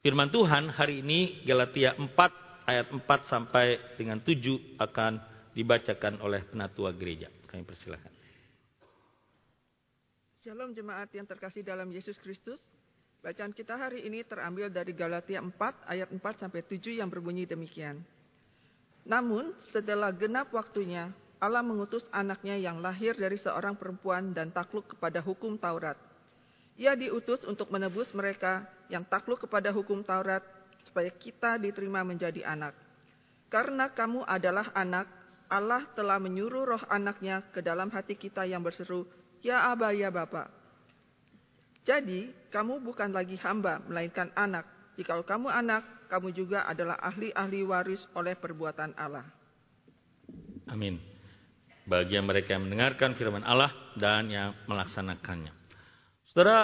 Firman Tuhan hari ini Galatia 4 ayat 4 sampai dengan 7 akan dibacakan oleh penatua gereja. Kami persilakan. Shalom jemaat yang terkasih dalam Yesus Kristus. Bacaan kita hari ini terambil dari Galatia 4 ayat 4 sampai 7 yang berbunyi demikian. Namun setelah genap waktunya, Allah mengutus anaknya yang lahir dari seorang perempuan dan takluk kepada hukum Taurat. Ia diutus untuk menebus mereka yang takluk kepada hukum Taurat, supaya kita diterima menjadi anak. Karena kamu adalah anak, Allah telah menyuruh roh anaknya ke dalam hati kita yang berseru, Ya Aba, ya Bapa. Jadi, kamu bukan lagi hamba, melainkan anak. Jikalau kamu anak, kamu juga adalah ahli-ahli waris oleh perbuatan Allah. Amin. Bagi mereka yang mendengarkan firman Allah dan yang melaksanakannya. Saudara,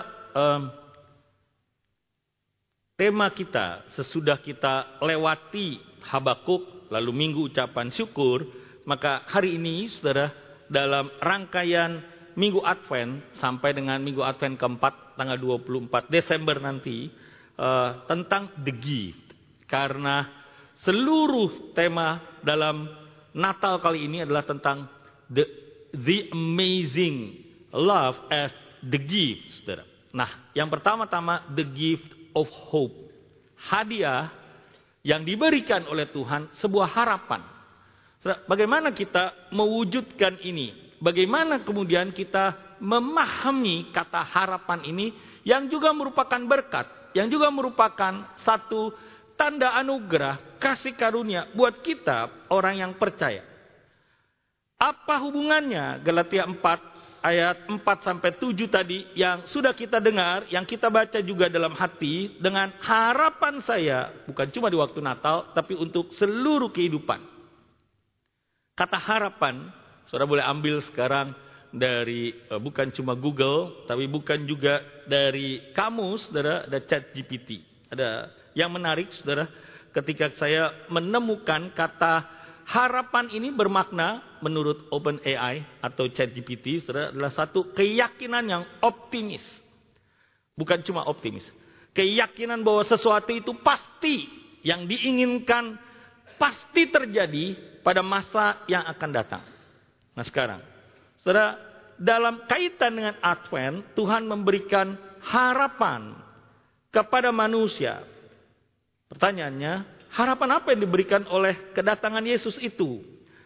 tema kita sesudah kita lewati Habakuk, lalu minggu ucapan syukur, maka hari ini saudara dalam rangkaian minggu Advent sampai dengan minggu Advent keempat tanggal 24 Desember nanti tentang the gift. Karena seluruh tema dalam Natal kali ini adalah tentang the amazing love as the gift, saudara. Nah, yang pertama-tama the gift of hope. Hadiah yang diberikan oleh Tuhan, sebuah harapan. Saudara, bagaimana kita mewujudkan ini? Bagaimana kemudian kita memahami kata harapan ini yang juga merupakan berkat, yang juga merupakan satu tanda anugerah, kasih karunia buat kita orang yang percaya. Apa hubungannya Galatia 4 ayat 4 sampai 7 tadi yang sudah kita dengar, yang kita baca juga dalam hati dengan harapan saya bukan cuma di waktu Natal tapi untuk seluruh kehidupan. Kata harapan, saudara boleh ambil sekarang dari bukan cuma Google tapi bukan juga dari kamus, saudara, ada ChatGPT. Ada yang menarik, saudara, ketika saya menemukan kata harapan ini bermakna menurut OpenAI atau ChatGPT, saudara, adalah satu keyakinan yang optimis. Bukan cuma optimis. Keyakinan bahwa sesuatu itu pasti yang diinginkan pasti terjadi pada masa yang akan datang. Nah sekarang, saudara, dalam kaitan dengan Advent, Tuhan memberikan harapan kepada manusia. Pertanyaannya, harapan apa yang diberikan oleh kedatangan Yesus itu?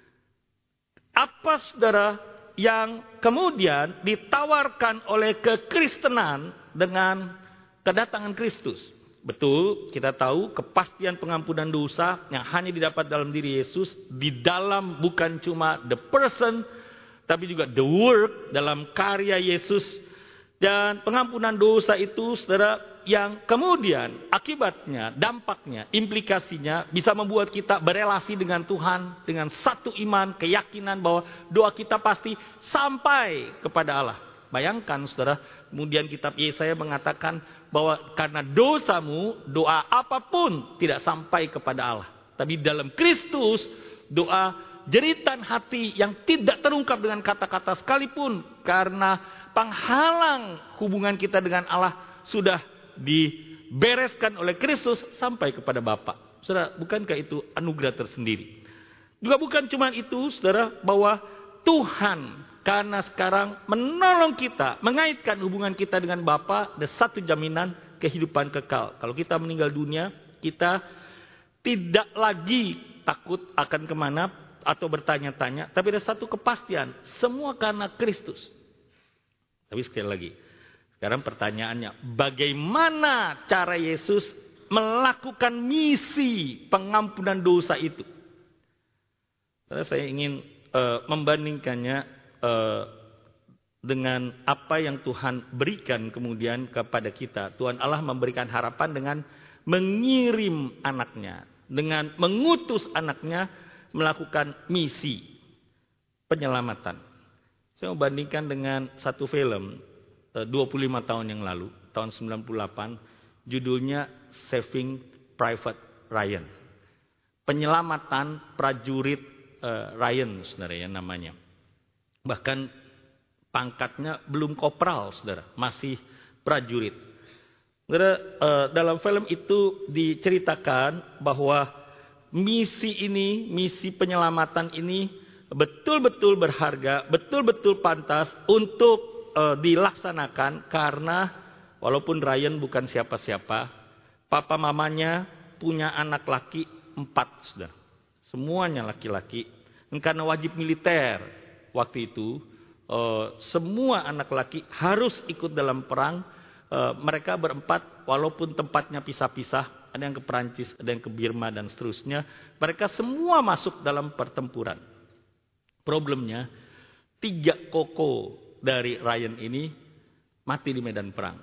Apa, saudara, yang kemudian ditawarkan oleh kekristenan dengan kedatangan Kristus? Betul, kita tahu kepastian pengampunan dosa yang hanya didapat dalam diri Yesus, di dalam bukan cuma the person, tapi juga the work dalam karya Yesus. Dan pengampunan dosa itu, saudara, yang kemudian akibatnya, dampaknya, implikasinya bisa membuat kita berelasi dengan Tuhan dengan satu iman, keyakinan bahwa doa kita pasti sampai kepada Allah. Bayangkan, saudara, kemudian kitab Yesaya mengatakan bahwa karena dosamu, doa apapun tidak sampai kepada Allah. Tapi dalam Kristus, doa jeritan hati yang tidak terungkap dengan kata-kata sekalipun, karena penghalang hubungan kita dengan Allah sudah dibereskan oleh Kristus sampai kepada Bapa. Saudara, bukankah itu anugerah tersendiri? Juga bukan cuma itu, saudara, bahwa Tuhan karena sekarang menolong kita, mengaitkan hubungan kita dengan Bapa, ada satu jaminan kehidupan kekal. Kalau kita meninggal dunia, kita tidak lagi takut akan kemana atau bertanya-tanya, tapi ada satu kepastian, semua karena Kristus. Tapi sekali lagi, sekarang pertanyaannya, bagaimana cara Yesus melakukan misi pengampunan dosa itu? Saya ingin membandingkannya dengan apa yang Tuhan berikan kemudian kepada kita. Tuhan Allah memberikan harapan dengan mengirim anaknya, dengan mengutus anaknya melakukan misi penyelamatan. Saya mau bandingkan dengan satu film 25 tahun yang lalu, tahun 98, judulnya Saving Private Ryan. Penyelamatan prajurit Ryan, saudara, ya namanya. Bahkan pangkatnya belum kopral, saudara, masih prajurit. Saudara, dalam film itu diceritakan bahwa misi ini, misi penyelamatan ini betul-betul berharga, betul-betul pantas untuk dilaksanakan karena walaupun Ryan bukan siapa-siapa, papa mamanya punya anak laki 4, saudara. Semuanya laki-laki. Dan karena wajib militer waktu itu, semua anak laki harus ikut dalam perang. Mereka berempat, walaupun tempatnya pisah-pisah, ada yang ke Perancis, ada yang ke Birma dan seterusnya. Mereka semua masuk dalam pertempuran. Problemnya, 3 koko dari Ryan ini mati di medan perang.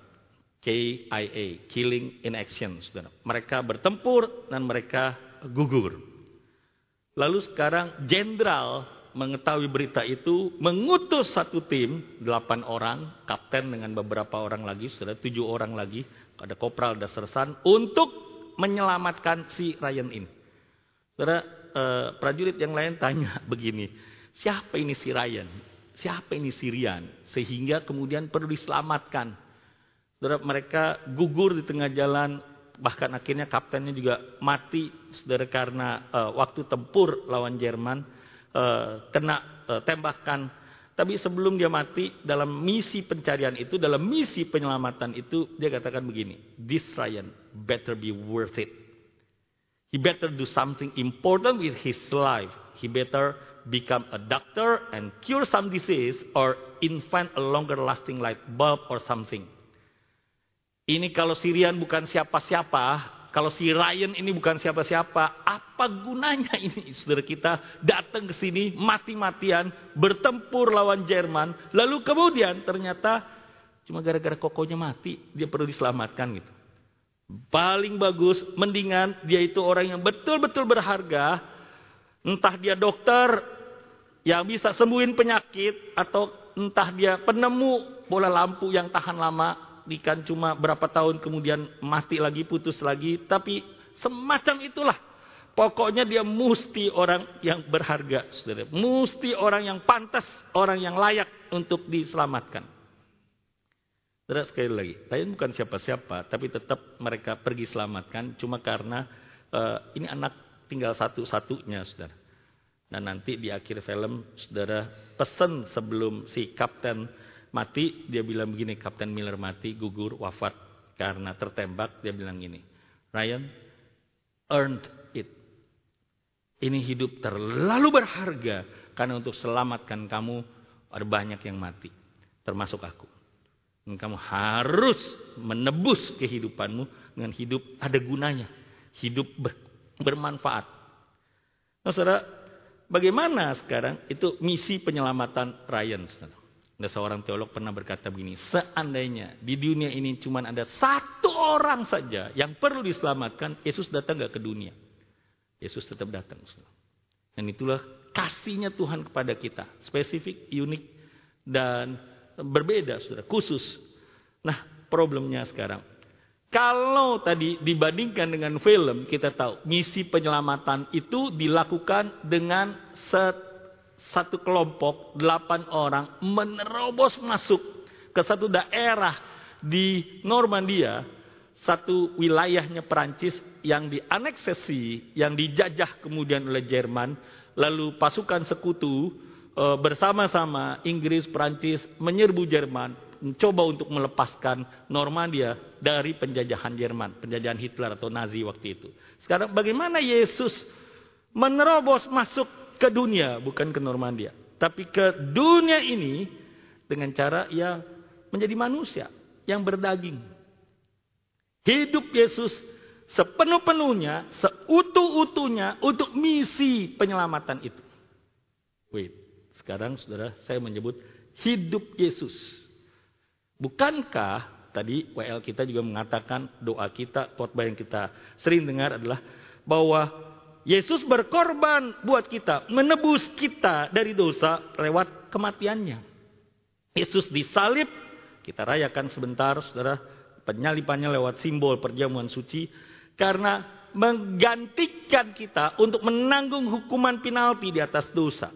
KIA, Killing in Action, saudara. Mereka bertempur dan mereka gugur. Lalu sekarang jenderal mengetahui berita itu, mengutus satu tim, 8 orang, kapten dengan beberapa orang lagi, saudara, 7 orang lagi, ada kopral, ada sersan, untuk menyelamatkan si Ryan ini. Saudara, prajurit yang lain tanya begini, siapa ini si Ryan? Siapa ini si Ryan? Sehingga kemudian perlu diselamatkan. Saudara, mereka gugur di tengah jalan, bahkan akhirnya kaptennya juga mati, saudara, karena waktu tempur lawan Jerman, kena tembakan. Tapi sebelum dia mati, dalam misi pencarian itu, dalam misi penyelamatan itu, dia katakan begini, this Ryan better be worth it. He better do something important with his life. He better become a doctor and cure some disease or invent a longer lasting light bulb or something. Ini kalau si Ryan bukan siapa-siapa, kalau si Ryan ini bukan siapa-siapa, apa gunanya ini? Saudara, kita datang ke sini mati-matian, bertempur lawan Jerman, lalu kemudian ternyata cuma gara-gara kokonya mati, dia perlu diselamatkan gitu. Paling bagus, mendingan dia itu orang yang betul-betul berharga, entah dia dokter yang bisa sembuhin penyakit, atau entah dia penemu bola lampu yang tahan lama, ikan cuma berapa tahun kemudian mati lagi, putus lagi. Tapi semacam itulah. Pokoknya dia mesti orang yang berharga, saudara. Mesti orang yang pantas, orang yang layak untuk diselamatkan. Saudara, sekali lagi, Ryan bukan siapa-siapa, tapi tetap mereka pergi selamatkan. Cuma karena ini anak tinggal satu-satunya, saudara. Dan nanti di akhir film, saudara, pesan sebelum si kapten mati, dia bilang begini, Kapten Miller mati, gugur, wafat karena tertembak. Dia bilang gini, Ryan, earned it. Ini hidup terlalu berharga karena untuk selamatkan kamu ada banyak yang mati, termasuk aku. Dan kamu harus menebus kehidupanmu dengan hidup ada gunanya, hidup bermanfaat. Nah, saudara, bagaimana sekarang itu misi penyelamatan Ryan, saudara? Ada seorang teolog pernah berkata begini, seandainya di dunia ini cuma ada 1 orang saja yang perlu diselamatkan, Yesus datang gak ke dunia? Yesus tetap datang. Dan itulah kasihnya Tuhan kepada kita. Spesifik, unik, dan berbeda, saudara, khusus. Nah, problemnya sekarang, kalau tadi dibandingkan dengan film, kita tahu misi penyelamatan itu dilakukan dengan satu kelompok, 8 orang menerobos masuk ke satu daerah di Normandia, satu wilayahnya Perancis yang dianeksesi, yang dijajah kemudian oleh Jerman. Lalu pasukan sekutu bersama-sama Inggris, Perancis menyerbu Jerman, mencoba untuk melepaskan Normandia dari penjajahan Jerman, penjajahan Hitler atau Nazi waktu itu. Sekarang bagaimana Yesus menerobos masuk ke dunia, bukan ke Normandia, tapi ke dunia ini dengan cara ia menjadi manusia yang berdaging. Hidup Yesus sepenuh-penuhnya, seutuh-utuhnya untuk misi penyelamatan itu. Sekarang saudara, saya menyebut hidup Yesus. Bukankah tadi WL kita juga mengatakan, doa kita, khotbah yang kita sering dengar adalah bahwa Yesus berkorban buat kita, menebus kita dari dosa lewat kematiannya. Yesus disalib, kita rayakan sebentar, saudara, penyalipannya lewat simbol perjamuan suci, karena menggantikan kita untuk menanggung hukuman penalti di atas dosa.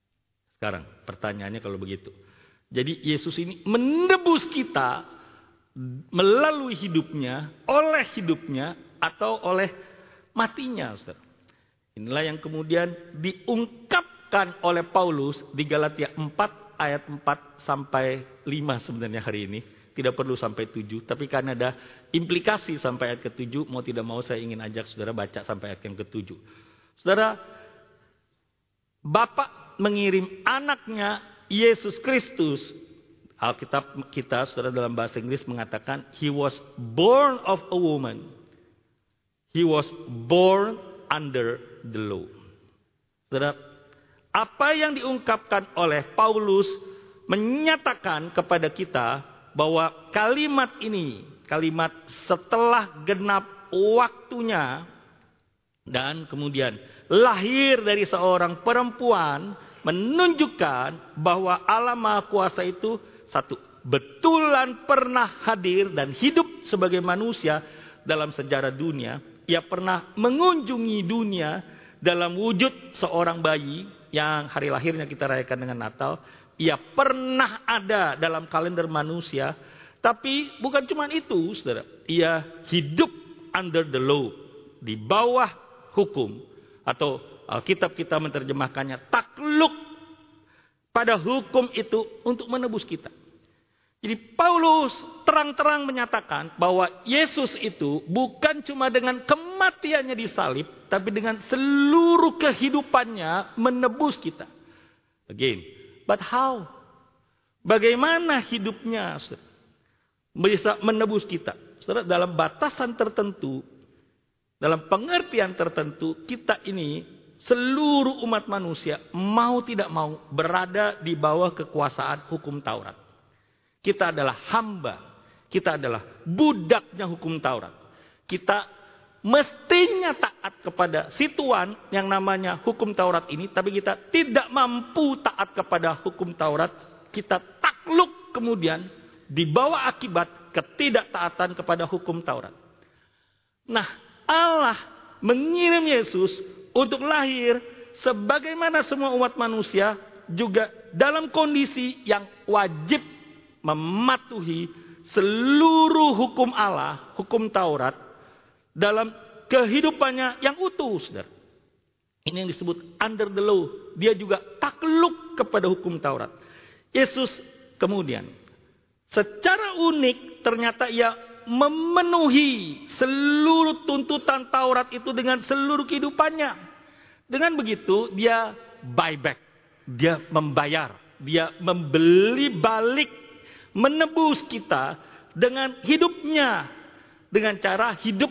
Sekarang pertanyaannya kalau begitu, jadi Yesus ini menebus kita melalui hidupnya, oleh hidupnya, atau oleh matinya. Saudara. Inilah yang kemudian diungkapkan oleh Paulus di Galatia 4 ayat 4 sampai 5 sebenarnya hari ini. Tidak perlu sampai 7, tapi karena ada implikasi sampai ayat ke-7, mau tidak mau saya ingin ajak saudara baca sampai ayat yang ke-7. Saudara, Bapa mengirim anaknya Yesus Kristus. Alkitab kita, saudara, dalam bahasa Inggris mengatakan, He was born of a woman. He was born under the law. Saudara, apa yang diungkapkan oleh Paulus menyatakan kepada kita bahwa kalimat ini, kalimat setelah genap waktunya, dan kemudian lahir dari seorang perempuan, menunjukkan bahwa Allah Maha Kuasa itu satu, betulan pernah hadir dan hidup sebagai manusia dalam sejarah dunia. Ia pernah mengunjungi dunia dalam wujud seorang bayi yang hari lahirnya kita rayakan dengan Natal. Ia pernah ada dalam kalender manusia. Tapi bukan cuma itu, saudara. Ia hidup under the law. Di bawah hukum. Atau Alkitab kita menerjemahkannya takluk pada hukum itu untuk menebus kita. Jadi Paulus terang-terang menyatakan bahwa Yesus itu bukan cuma dengan kematiannya disalib, tapi dengan seluruh kehidupannya menebus kita. Again, but how? Bagaimana hidupnya bisa menebus kita? Saudara, dalam batasan tertentu, dalam pengertian tertentu, kita ini seluruh umat manusia mau tidak mau berada di bawah kekuasaan hukum Taurat. Kita adalah hamba, kita adalah budaknya hukum Taurat. Kita mestinya taat kepada si Tuhan yang namanya hukum Taurat ini, tapi kita tidak mampu taat kepada hukum Taurat. Kita takluk kemudian dibawa akibat ketidaktaatan kepada hukum Taurat. Nah, Allah mengirim Yesus untuk lahir sebagaimana semua umat manusia juga dalam kondisi yang wajib mematuhi seluruh hukum Allah, hukum Taurat dalam kehidupannya yang utuh, saudara. Ini yang disebut under the law. Dia juga takluk kepada hukum Taurat. Yesus kemudian secara unik ternyata ia memenuhi seluruh tuntutan Taurat itu dengan seluruh kehidupannya. Dengan begitu dia buyback, dia membayar, dia membeli balik, menebus kita dengan hidupnya, dengan cara hidup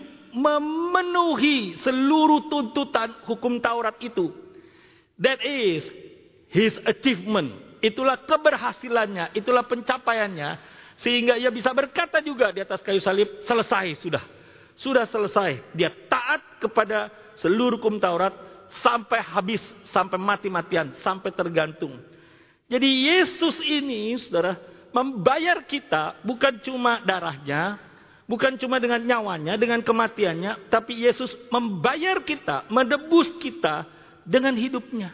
memenuhi seluruh tuntutan hukum Taurat itu. That is his achievement. Itulah keberhasilannya, itulah pencapaiannya, sehingga ia bisa berkata juga di atas kayu salib, selesai, sudah selesai. Dia taat kepada seluruh hukum Taurat sampai habis, sampai mati-matian, sampai tergantung. Jadi Yesus ini, saudara, membayar kita bukan cuma darahnya, bukan cuma dengan nyawanya, dengan kematiannya, tapi Yesus membayar kita, menebus kita dengan hidupnya.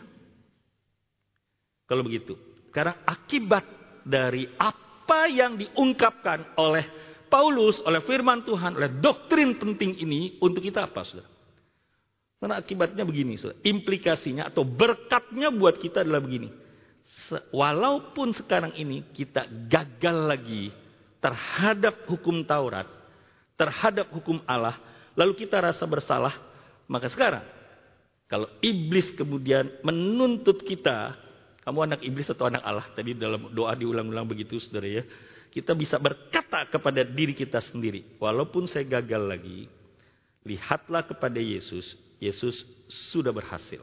Kalau begitu, sekarang akibat dari apa yang diungkapkan oleh Paulus, oleh firman Tuhan, oleh doktrin penting ini untuk kita apa, saudara? Karena akibatnya begini, saudara. Implikasinya atau berkatnya buat kita adalah begini. Walaupun sekarang ini kita gagal lagi terhadap hukum Taurat, terhadap hukum Allah, lalu kita rasa bersalah, maka sekarang kalau iblis kemudian menuntut kita, kamu anak iblis atau anak Allah? Tadi dalam doa diulang-ulang begitu, saudara ya. Kita bisa berkata kepada diri kita sendiri, walaupun saya gagal lagi, lihatlah kepada Yesus. Yesus sudah berhasil.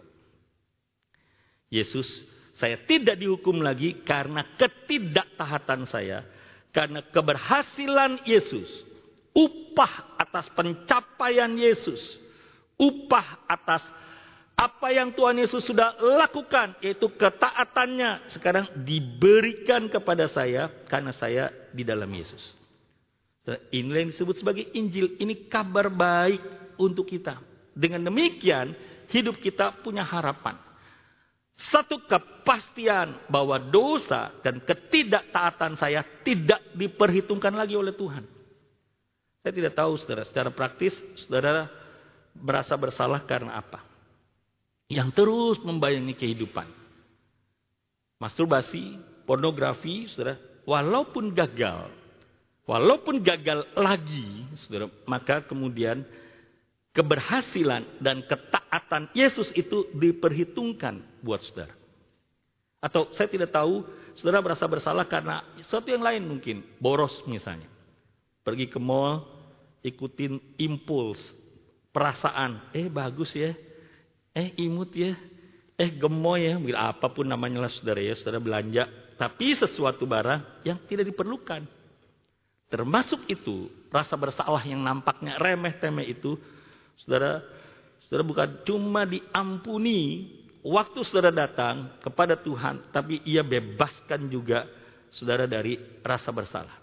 Yesus, saya tidak dihukum lagi karena ketidaktaatan saya. Karena keberhasilan Yesus. Upah atas pencapaian Yesus. Upah atas apa yang Tuhan Yesus sudah lakukan, yaitu ketaatannya, sekarang diberikan kepada saya karena saya di dalam Yesus. Inilah yang disebut sebagai Injil. Ini kabar baik untuk kita. Dengan demikian, hidup kita punya harapan. Satu kepastian bahwa dosa dan ketidaktaatan saya tidak diperhitungkan lagi oleh Tuhan. Saya tidak tahu saudara, secara praktis saudara merasa bersalah karena apa? Yang terus membayangi kehidupan. Masturbasi, pornografi, saudara, walaupun gagal lagi, saudara, maka kemudian keberhasilan dan ketaatan Yesus itu diperhitungkan buat saudara. Atau saya tidak tahu, saudara merasa bersalah karena sesuatu yang lain mungkin, boros misalnya. Pergi ke mall, ikutin impuls, perasaan, bagus ya, imut ya, gemoy ya, apapun namanya lah saudara ya, saudara belanja. Tapi sesuatu barang yang tidak diperlukan. Termasuk itu, rasa bersalah yang nampaknya remeh-temeh itu, saudara bukan cuma diampuni waktu saudara datang kepada Tuhan, tapi ia bebaskan juga saudara dari rasa bersalah.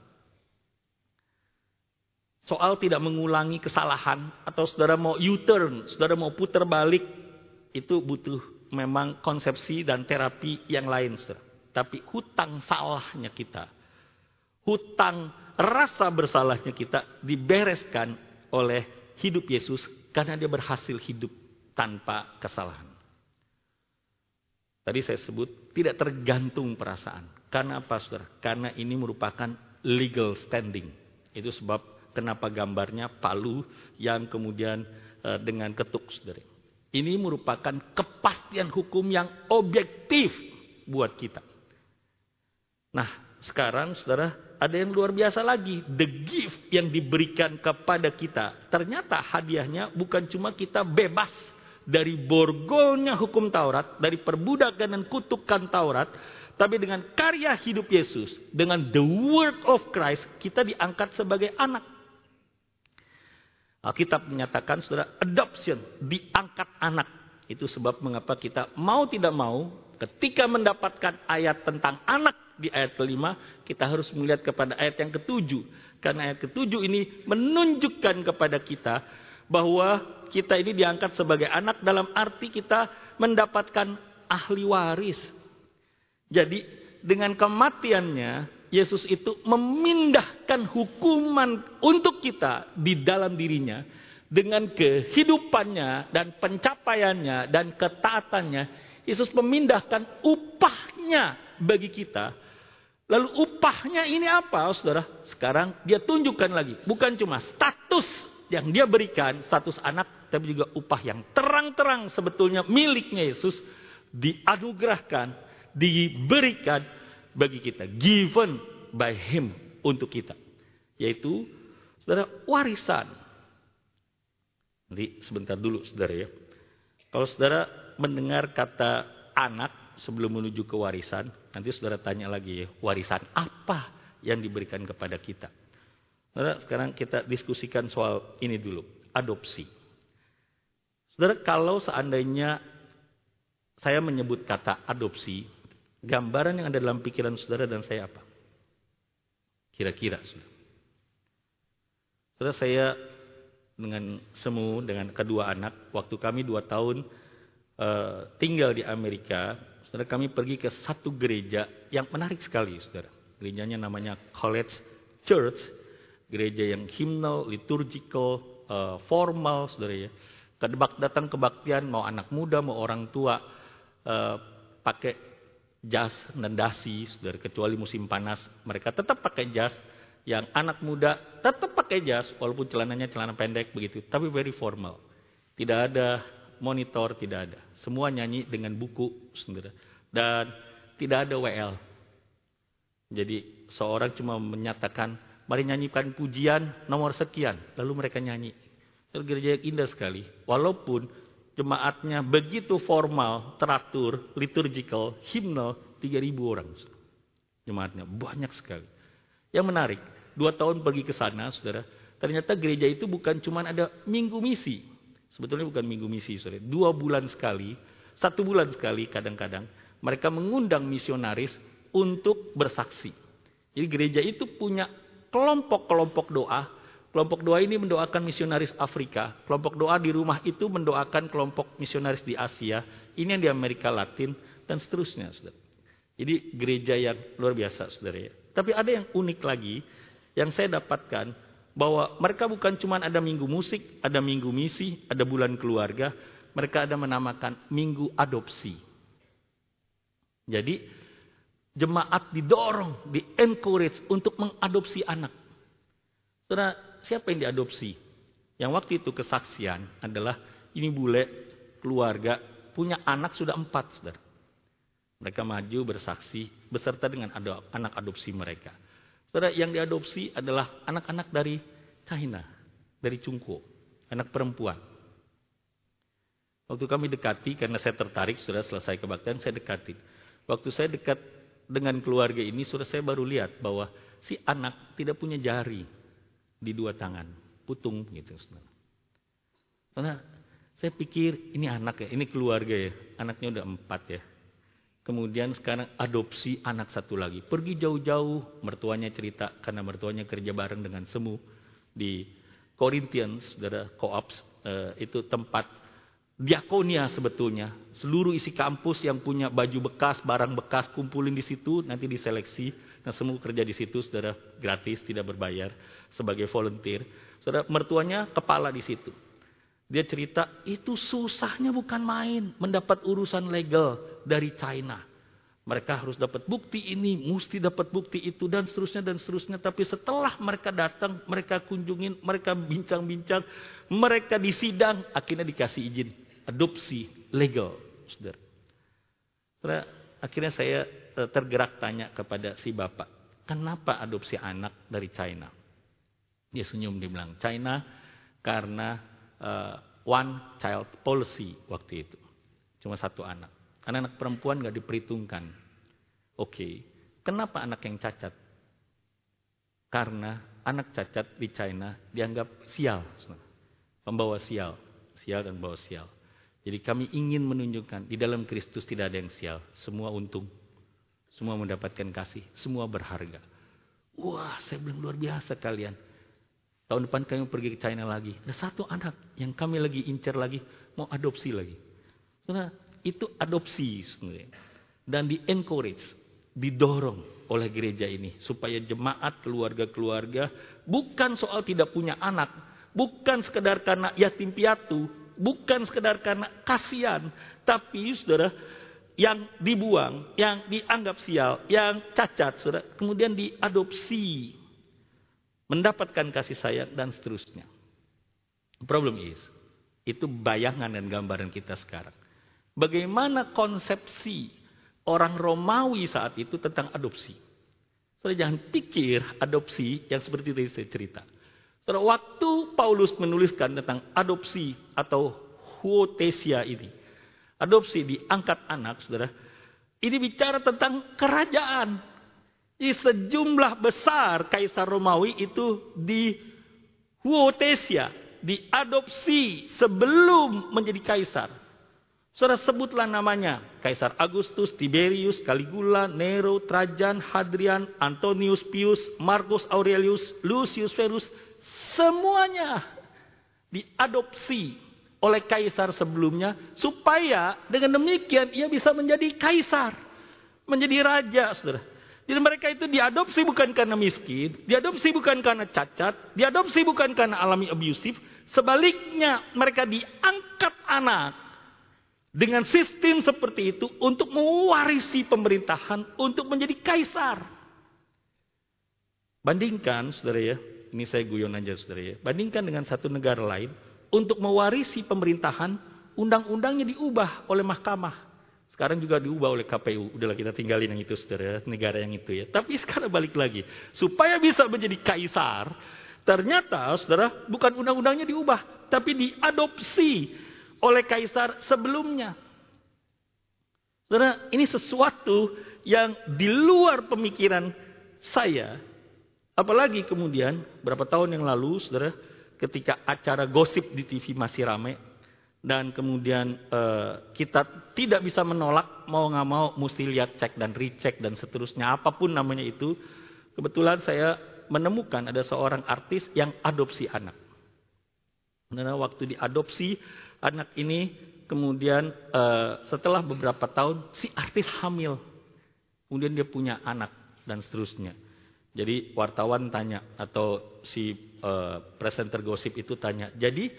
Soal tidak mengulangi kesalahan, atau saudara mau U-turn, saudara mau putar balik, itu butuh memang konsepsi dan terapi yang lain, saudara. Tapi hutang salahnya kita, hutang rasa bersalahnya kita dibereskan oleh hidup Yesus karena dia berhasil hidup tanpa kesalahan. Tadi saya sebut tidak tergantung perasaan. Karena apa, saudara? Karena ini merupakan legal standing. Itu sebab kenapa gambarnya palu yang kemudian dengan ketuk, saudara. Ini merupakan kepastian hukum yang objektif buat kita. Nah, sekarang saudara, ada yang luar biasa lagi. The gift yang diberikan kepada kita. Ternyata hadiahnya bukan cuma kita bebas dari borgolnya hukum Taurat, dari perbudakan dan kutukan Taurat, tapi dengan karya hidup Yesus, dengan the work of Christ, kita diangkat sebagai anak. Alkitab menyatakan, saudara, adoption, diangkat anak. Itu sebab mengapa kita mau tidak mau, ketika mendapatkan ayat tentang anak di ayat kelima, kita harus melihat kepada ayat yang ketujuh. Karena ayat ketujuh ini menunjukkan kepada kita bahwa kita ini diangkat sebagai anak dalam arti kita mendapatkan ahli waris. Jadi dengan kematiannya, Yesus itu memindahkan hukuman untuk kita di dalam dirinya. Dengan kehidupannya dan pencapaiannya dan ketaatannya, Yesus memindahkan upahnya bagi kita. Lalu upahnya ini apa, saudara? Sekarang dia tunjukkan lagi. Bukan cuma status yang dia berikan, status anak, tapi juga upah yang terang-terang sebetulnya miliknya Yesus, dianugerahkan, diberikan bagi kita. Given by Him untuk kita. Yaitu, saudara, warisan. Nanti sebentar dulu, saudara ya. Kalau saudara mendengar kata anak sebelum menuju ke warisan, nanti saudara tanya lagi ya, warisan apa yang diberikan kepada kita? Saudara, sekarang kita diskusikan soal ini dulu, adopsi. Saudara, kalau seandainya saya menyebut kata adopsi, gambaran yang ada dalam pikiran saudara dan saya apa? Kira-kira, saudara. Saudara, saya dengan kedua anak, waktu kami 2 tahun tinggal di Amerika, saudara, kami pergi ke satu gereja yang menarik sekali, saudara. Gerejanya namanya College Church, gereja yang hymnal, liturgical, formal, saudara ya. Datang kebaktian, mau anak muda, mau orang tua, pakai jas dan dasi, saudara. Kecuali musim panas, mereka tetap pakai jas. Yang anak muda tetap pakai jas, walaupun celananya celana pendek begitu, tapi very formal. Tidak ada monitor, tidak ada. Semua nyanyi dengan buku, saudara. Dan tidak ada WL. Jadi seorang cuma menyatakan, mari nyanyikan pujian nomor sekian. Lalu mereka nyanyi. Gereja yang indah sekali. Walaupun jemaatnya begitu formal, teratur, liturgical, hymnal, 3.000 orang. Jemaatnya banyak sekali. Yang menarik, 2 tahun pergi ke sana, saudara. Ternyata gereja itu bukan cuma ada minggu misi. Sebetulnya bukan minggu misi, saudara. 2 bulan sekali, 1 bulan sekali kadang-kadang. Mereka mengundang misionaris untuk bersaksi. Jadi gereja itu punya kelompok-kelompok doa. Kelompok doa ini mendoakan misionaris Afrika. Kelompok doa di rumah itu mendoakan kelompok misionaris di Asia. Ini yang di Amerika Latin dan seterusnya, saudara. Jadi gereja yang luar biasa, saudara ya. Tapi ada yang unik lagi yang saya dapatkan bahwa mereka bukan cuma ada minggu musik, ada minggu misi, ada bulan keluarga. Mereka ada menamakan minggu adopsi. Jadi jemaat didorong, di-encourage untuk mengadopsi anak. Saudara, siapa yang diadopsi? Yang waktu itu kesaksian adalah ini bule, keluarga, punya anak sudah 4, saudara. Mereka maju bersaksi beserta dengan anak adopsi mereka. Saudara, yang diadopsi adalah anak-anak dari China, dari Cungko, anak perempuan. Waktu kami dekati, karena saya tertarik, saudara, selesai kebaktian, saya dekati. Waktu saya dekat dengan keluarga ini, saudara, saya baru lihat bahwa si anak tidak punya jari di 2 tangan, putung gitu, saudara. Karena saya pikir ini anak ya, ini keluarga ya, anaknya udah 4 ya. Kemudian sekarang adopsi anak 1 lagi. Pergi jauh-jauh, mertuanya cerita, karena mertuanya kerja bareng dengan Semu di Corinthians, saudara, Koops, itu tempat diakonia sebetulnya. Seluruh isi kampus yang punya baju bekas, barang bekas, kumpulin di situ, nanti diseleksi. Nah, Semu kerja di situ, saudara, gratis, tidak berbayar, sebagai volunteer. Saudara, mertuanya kepala di situ. Dia cerita, itu susahnya bukan main, mendapat urusan legal dari China. Mereka harus dapat bukti ini, mesti dapat bukti itu, dan seterusnya, dan seterusnya. Tapi setelah mereka datang, mereka kunjungin, mereka bincang-bincang, mereka disidang, akhirnya dikasih izin adopsi legal. Saudara, akhirnya saya tergerak tanya kepada si bapak, kenapa adopsi anak dari China? Dia senyum, dia bilang, China karena one child policy waktu itu. Cuma 1 anak. Anak-anak perempuan gak diperhitungkan. Oke. Kenapa anak yang cacat? Karena anak cacat di China dianggap sial. Pembawa sial. Sial dan bawa sial. Jadi kami ingin menunjukkan di dalam Kristus tidak ada yang sial. Semua untung. Semua mendapatkan kasih. Semua berharga. Wah, saya bilang luar biasa kalian. Tahun depan kami pergi ke China lagi. Ada 1 anak yang kami lagi incar lagi. Mau adopsi lagi. Nah, itu adopsi sebenarnya. Dan di-encourage. Didorong oleh gereja ini. Supaya jemaat, keluarga-keluarga. Bukan soal tidak punya anak. Bukan sekedar karena yatim piatu. Bukan sekedar karena kasihan. Tapi saudara, yang dibuang. Yang dianggap sial. Yang cacat. Saudara, kemudian diadopsi. Mendapatkan kasih sayang dan seterusnya. Problem is, itu bayangan dan gambaran kita sekarang. Bagaimana konsepsi orang Romawi saat itu tentang adopsi? Saudara, jangan pikir adopsi yang seperti tadi saya cerita. Saudara, waktu Paulus menuliskan tentang adopsi atau huothesia ini, adopsi diangkat anak, saudara, ini bicara tentang kerajaan. Di sejumlah besar Kaisar Romawi itu di huothesia, diadopsi sebelum menjadi kaisar. Saudara, sebutlah namanya. Kaisar Agustus, Tiberius, Caligula, Nero, Trajan, Hadrian, Antonius Pius, Marcus Aurelius, Lucius Verus. Semuanya diadopsi oleh kaisar sebelumnya. Supaya dengan demikian ia bisa menjadi kaisar. Menjadi raja, saudara. Jadi mereka itu diadopsi bukan karena miskin, diadopsi bukan karena cacat, diadopsi bukan karena alami abusif. Sebaliknya mereka diangkat anak dengan sistem seperti itu untuk mewarisi pemerintahan, untuk menjadi kaisar. Bandingkan, saudara ya, ini saya guyon aja saudara ya. Bandingkan dengan satu negara lain, untuk mewarisi pemerintahan, undang-undangnya diubah oleh mahkamah. Sekarang juga diubah oleh KPU. Udahlah kita tinggalin yang itu saudara, negara yang itu ya. Tapi sekarang balik lagi. Supaya bisa menjadi kaisar, ternyata saudara bukan undang-undangnya diubah. Tapi diadopsi oleh kaisar sebelumnya. Saudara, ini sesuatu yang di luar pemikiran saya. Apalagi kemudian, berapa tahun yang lalu saudara, ketika acara gosip di TV masih ramai. Dan kemudian kita tidak bisa menolak, mau nggak mau mesti lihat, cek dan recheck dan seterusnya, apapun namanya itu. Kebetulan saya menemukan ada seorang artis yang adopsi anak. Karena waktu diadopsi anak ini, kemudian setelah beberapa tahun si artis hamil, kemudian dia punya anak dan seterusnya. Jadi wartawan tanya, atau si presenter gosip itu tanya, jadi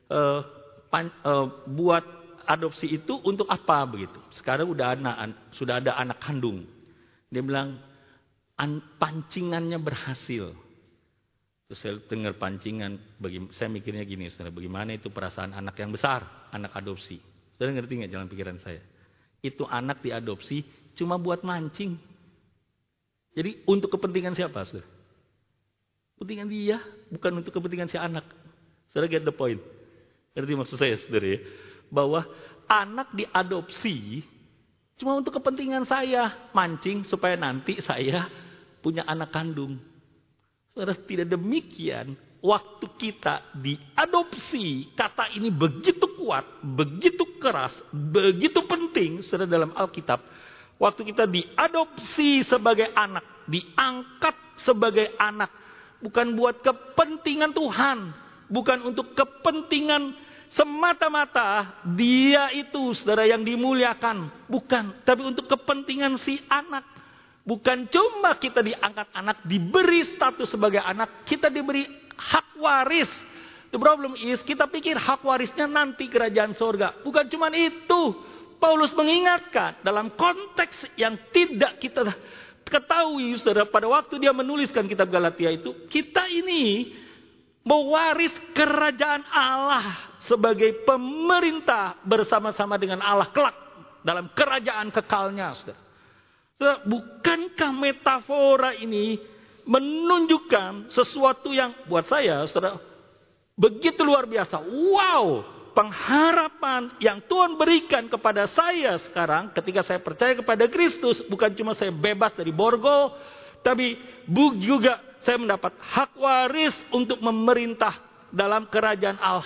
buat adopsi itu untuk apa begitu? Sekarang sudah ada anak kandung. Dia bilang pancingannya berhasil. Terus saya dengar pancingan, saya mikirnya gini, saudara, bagaimana itu perasaan anak yang besar, anak adopsi. Saudara ngerti nggak jalan pikiran saya? Itu anak diadopsi cuma buat mancing. Jadi untuk kepentingan siapa, saudara? Kepentingan dia, bukan untuk kepentingan si anak. Saudara get the point? Ngerti maksud saya, saudara ya? Bahwa anak diadopsi cuma untuk kepentingan saya, mancing supaya nanti saya punya anak kandung. Saudara, tidak demikian. Waktu kita diadopsi, kata ini begitu kuat, begitu keras, begitu penting, saudara, dalam Alkitab. Waktu kita diadopsi sebagai anak, diangkat sebagai anak, bukan buat kepentingan Tuhan, bukan untuk kepentingan semata-mata dia itu, saudara, yang dimuliakan, bukan, tapi untuk kepentingan si anak. Bukan cuma kita diangkat anak, diberi status sebagai anak, kita diberi hak waris. The problem is, kita pikir hak warisnya nanti kerajaan sorga. Bukan cuma itu. Paulus mengingatkan dalam konteks yang tidak kita ketahui, saudara, pada waktu dia menuliskan kitab Galatia itu, kita ini mewaris kerajaan Allah sebagai pemerintah bersama-sama dengan Allah kelak dalam kerajaan kekalnya, saudara. Saudara, bukankah metafora ini menunjukkan sesuatu yang buat saya, saudara, begitu luar biasa. Wow! Pengharapan yang Tuhan berikan kepada saya sekarang ketika saya percaya kepada Kristus, bukan cuma saya bebas dari borgol, tapi juga saya mendapat hak waris untuk memerintah dalam kerajaan Allah.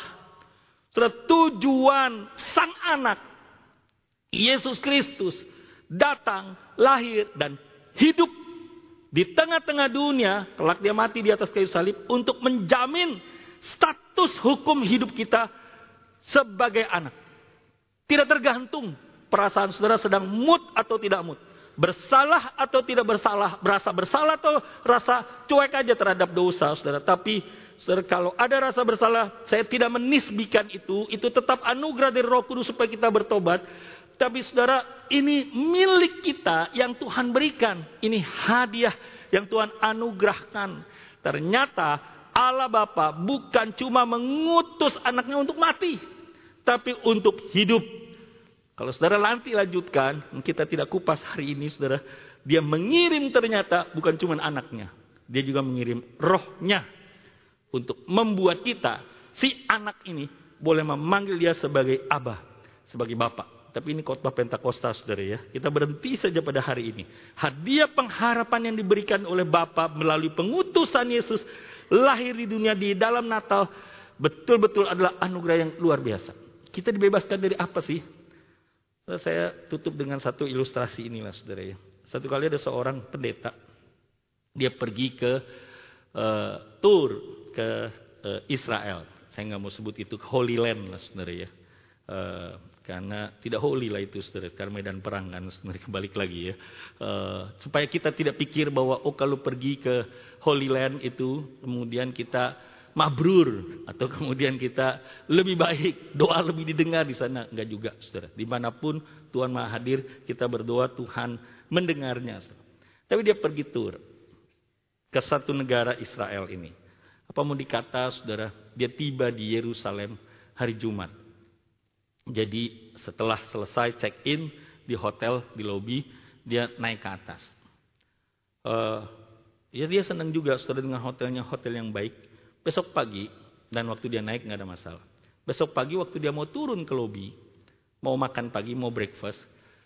Tujuan sang anak Yesus Kristus datang, lahir, dan hidup di tengah-tengah dunia, kelak dia mati di atas kayu salib untuk menjamin status hukum hidup kita sebagai anak. Tidak tergantung perasaan saudara sedang mood atau tidak mood, bersalah atau tidak bersalah, merasa bersalah atau rasa cuek aja terhadap dosa, saudara. Tapi saudara, kalau ada rasa bersalah, saya tidak menisbikan itu tetap anugerah dari Roh Kudus supaya kita bertobat. Tapi saudara, ini milik kita yang Tuhan berikan. Ini hadiah yang Tuhan anugerahkan. Ternyata Allah Bapa bukan cuma mengutus anaknya untuk mati, tapi untuk hidup. Kalau saudara nanti lanjutkan, kita tidak kupas hari ini, saudara. Dia mengirim ternyata bukan cuma anaknya, dia juga mengirim rohnya untuk membuat kita, si anak ini, boleh memanggil dia sebagai Abba, sebagai Bapa. Tapi ini khotbah Pentakosta, saudara ya. Kita berhenti saja pada hari ini. Hadiah pengharapan yang diberikan oleh Bapa melalui pengutusan Yesus lahir di dunia di dalam Natal, betul-betul adalah anugerah yang luar biasa. Kita dibebaskan dari apa sih? Saya tutup dengan satu ilustrasi inilah, saudara ya. Satu kali ada seorang pendeta, dia pergi ke tour ke Israel. Saya nggak mau sebut itu Holy Land lah, saudara ya. Karena tidak holy lah itu, saudara, karena medan perang kan, saudara, kebalik lagi ya. Supaya kita tidak pikir bahwa kalau pergi ke Holy Land itu kemudian kita mabrur atau kemudian kita lebih baik, doa lebih didengar di sana. Enggak juga, saudara. Dimanapun Tuhan Maha hadir, kita berdoa, Tuhan mendengarnya, saudara. Tapi dia pergi tur ke satu negara Israel ini. Apa mau dikata, saudara, dia tiba di Yerusalem hari Jumat. Jadi setelah selesai check-in di hotel, di lobi, dia naik ke atas. Ya dia senang juga, saudara, dengan hotelnya, hotel yang baik. Besok pagi, dan waktu dia naik nggak ada masalah. Besok pagi waktu dia mau turun ke lobi, mau makan pagi, mau breakfast,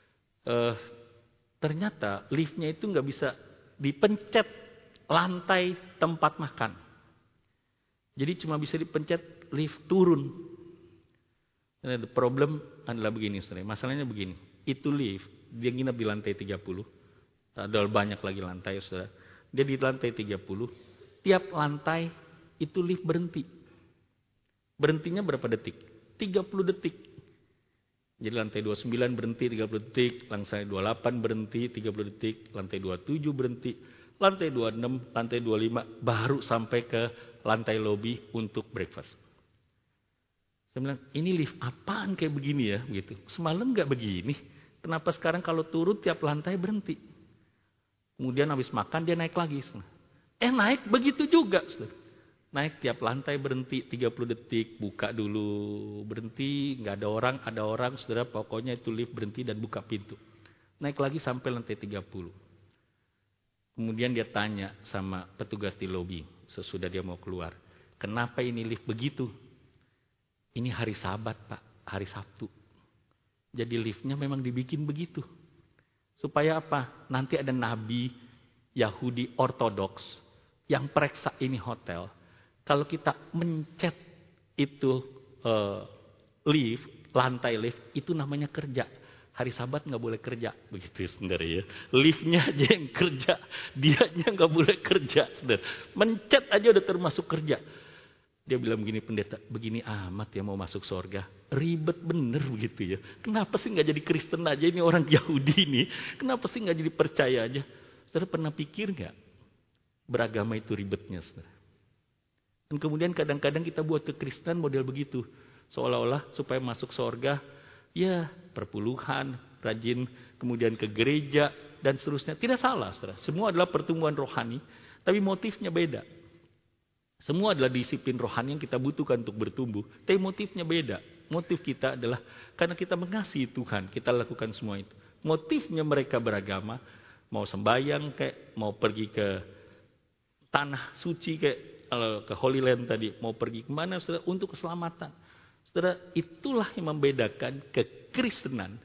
ternyata liftnya itu nggak bisa dipencet lantai tempat makan. Jadi cuma bisa dipencet lift turun. The problem adalah begini, saudara. Masalahnya begini. Itu lift, dia nginep di lantai 30. Ada banyak lagi lantai, saudara. Dia di lantai 30. Tiap lantai itu lift berhenti. Berhentinya berapa detik? 30 detik. Jadi lantai 29 berhenti 30 detik. Lantai 28 berhenti 30 detik. Lantai 27 berhenti. lantai 26, lantai 25, baru sampai ke lantai lobby untuk breakfast. Saya bilang, ini lift apaan kayak begini ya? Gitu. Semalam nggak begini. Kenapa sekarang kalau turun tiap lantai berhenti? Kemudian habis makan dia naik lagi. Naik begitu juga. Naik tiap lantai berhenti 30 detik, buka dulu, berhenti, nggak ada orang, saudara, pokoknya itu lift berhenti dan buka pintu. Naik lagi sampai lantai 30. Kemudian dia tanya sama petugas di lobi, sesudah dia mau keluar, kenapa ini lift begitu? Ini hari Sabat, Pak, hari Sabtu. Jadi liftnya memang dibikin begitu. Supaya apa? Nanti ada nabi Yahudi Ortodoks yang periksa ini hotel. Kalau kita mencet itu lift, lantai lift, itu namanya kerja. Hari Sabat nggak boleh kerja, begitu saudara ya. Liftnya aja yang kerja, dianya nggak boleh kerja, saudara. Mencet aja udah termasuk kerja. Dia bilang begini, pendeta, begini amat ya mau masuk surga. Ribet bener begitu ya. Kenapa sih nggak jadi Kristen aja ini orang Yahudi ini? Kenapa sih nggak jadi percaya aja? Saudara pernah pikir nggak beragama itu ribetnya, saudara? Dan kemudian kadang-kadang kita buat kekristenan model begitu. Seolah-olah supaya masuk surga, ya perpuluhan, rajin, kemudian ke gereja, dan seterusnya. Tidak salah, saudara. Semua adalah pertumbuhan rohani, tapi motifnya beda. Semua adalah disiplin rohani yang kita butuhkan untuk bertumbuh. Tapi motifnya beda. Motif kita adalah karena kita mengasihi Tuhan, kita lakukan semua itu. Motifnya mereka beragama, mau sembahyang kayak, mau pergi ke tanah suci kayak, ke Holy Land tadi, mau pergi kemana, saudara, untuk keselamatan. Saudara, itulah yang membedakan kekristenan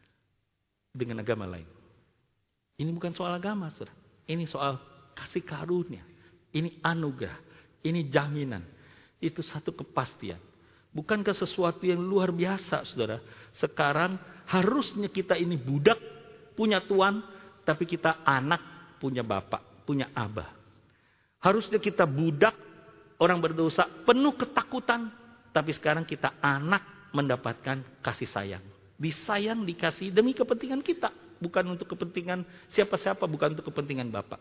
dengan agama lain. Ini bukan soal agama, saudara. Ini soal kasih karunia. Ini anugerah. Ini jaminan. Itu satu kepastian. Bukankah sesuatu yang luar biasa, saudara? Sekarang harusnya kita ini budak, punya tuan, tapi kita anak, punya bapak, punya abah. Harusnya kita budak, orang berdosa, penuh ketakutan, tapi sekarang kita anak mendapatkan kasih sayang. Disayang, dikasih demi kepentingan kita. Bukan untuk kepentingan siapa-siapa, bukan untuk kepentingan bapak.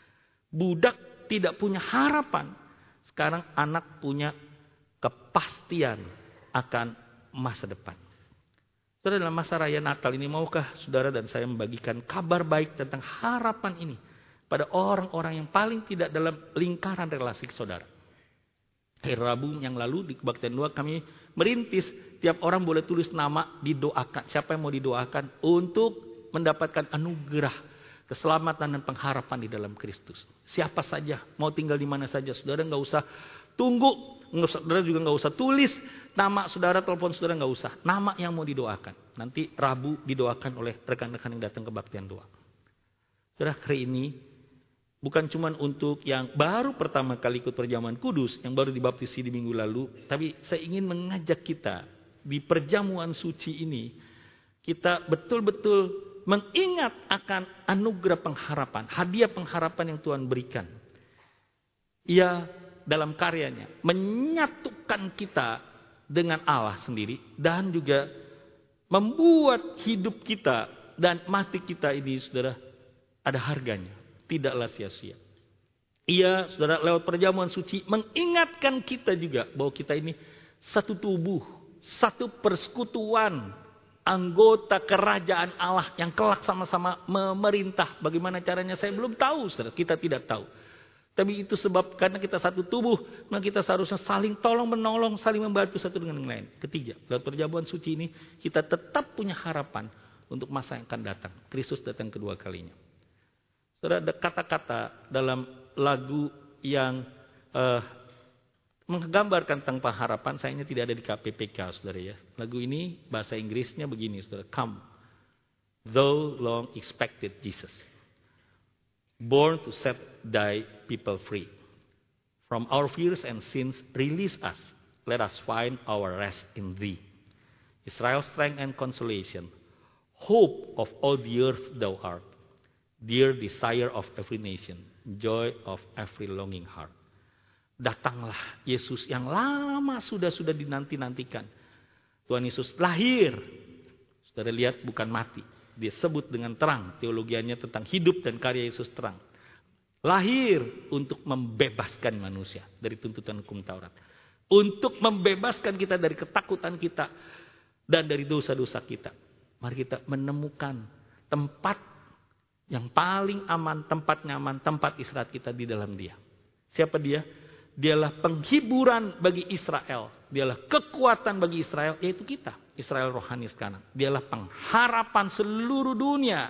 Budak tidak punya harapan. Sekarang anak punya kepastian akan masa depan. Saudara, dalam masa raya Natal ini, maukah saudara dan saya membagikan kabar baik tentang harapan ini pada orang-orang yang paling tidak dalam lingkaran relasi saudara. Hari Rabu yang lalu di Kebaktian 2 kami merintis tiap orang boleh tulis nama, didoakan. Siapa yang mau didoakan untuk mendapatkan anugerah keselamatan dan pengharapan di dalam Kristus. Siapa saja, mau tinggal di mana saja, saudara nggak usah tunggu, saudara juga nggak usah tulis nama saudara, telepon saudara nggak usah. Nama yang mau didoakan. Nanti Rabu didoakan oleh rekan-rekan yang datang ke Kebaktian 2. Saudara, hari ini bukan cuma untuk yang baru pertama kali ikut perjamuan kudus, yang baru dibaptisi di minggu lalu, tapi saya ingin mengajak kita di perjamuan suci ini, kita betul-betul mengingat akan anugerah pengharapan, hadiah pengharapan yang Tuhan berikan. Ia dalam karyanya menyatukan kita dengan Allah sendiri dan juga membuat hidup kita dan mati kita ini, saudara, ada harganya, tidaklah sia-sia. Ia, saudara, lewat perjamuan suci mengingatkan kita juga bahwa kita ini satu tubuh, satu persekutuan, anggota kerajaan Allah yang kelak sama-sama memerintah. Bagaimana caranya saya belum tahu, saudara. Kita tidak tahu. Tapi itu sebab karena kita satu tubuh, maka kita seharusnya saling tolong-menolong, saling membantu satu dengan yang lain. Ketiga, lewat perjamuan suci ini kita tetap punya harapan untuk masa yang akan datang. Kristus datang kedua kalinya. Saudara, ada kata-kata dalam lagu yang menggambarkan tentang pengharapan, sayangnya tidak ada di KPPK, saudara ya. Lagu ini bahasa Inggrisnya begini, saudara. Come, thou long expected Jesus, born to set thy people free. From our fears and sins, release us. Let us find our rest in thee. Israel's strength and consolation, hope of all the earth thou art, dear desire of every nation, joy of every longing heart. Datanglah Yesus yang lama sudah dinanti-nantikan. Tuhan Yesus lahir. Saudara lihat, bukan mati. Dia sebut dengan terang. Teologianya tentang hidup dan karya Yesus terang. Lahir untuk membebaskan manusia dari tuntutan hukum Taurat. Untuk membebaskan kita dari ketakutan kita dan dari dosa-dosa kita. Mari kita menemukan tempat yang paling aman, tempat nyaman, tempat istirahat kita di dalam Dia. Siapa Dia? Dialah penghiburan bagi Israel. Dialah kekuatan bagi Israel, yaitu kita. Israel rohani sekarang. Dialah pengharapan seluruh dunia.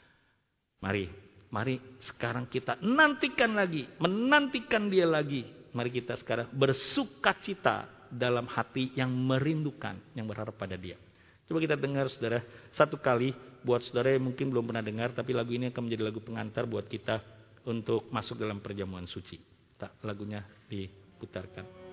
Mari sekarang kita menantikan Dia lagi. Mari kita sekarang bersukacita dalam hati yang merindukan, yang berharap pada Dia. Coba kita dengar saudara, satu kali buat saudara yang mungkin belum pernah dengar, tapi lagu ini akan menjadi lagu pengantar buat kita untuk masuk dalam perjamuan suci. Lagunya diputarkan.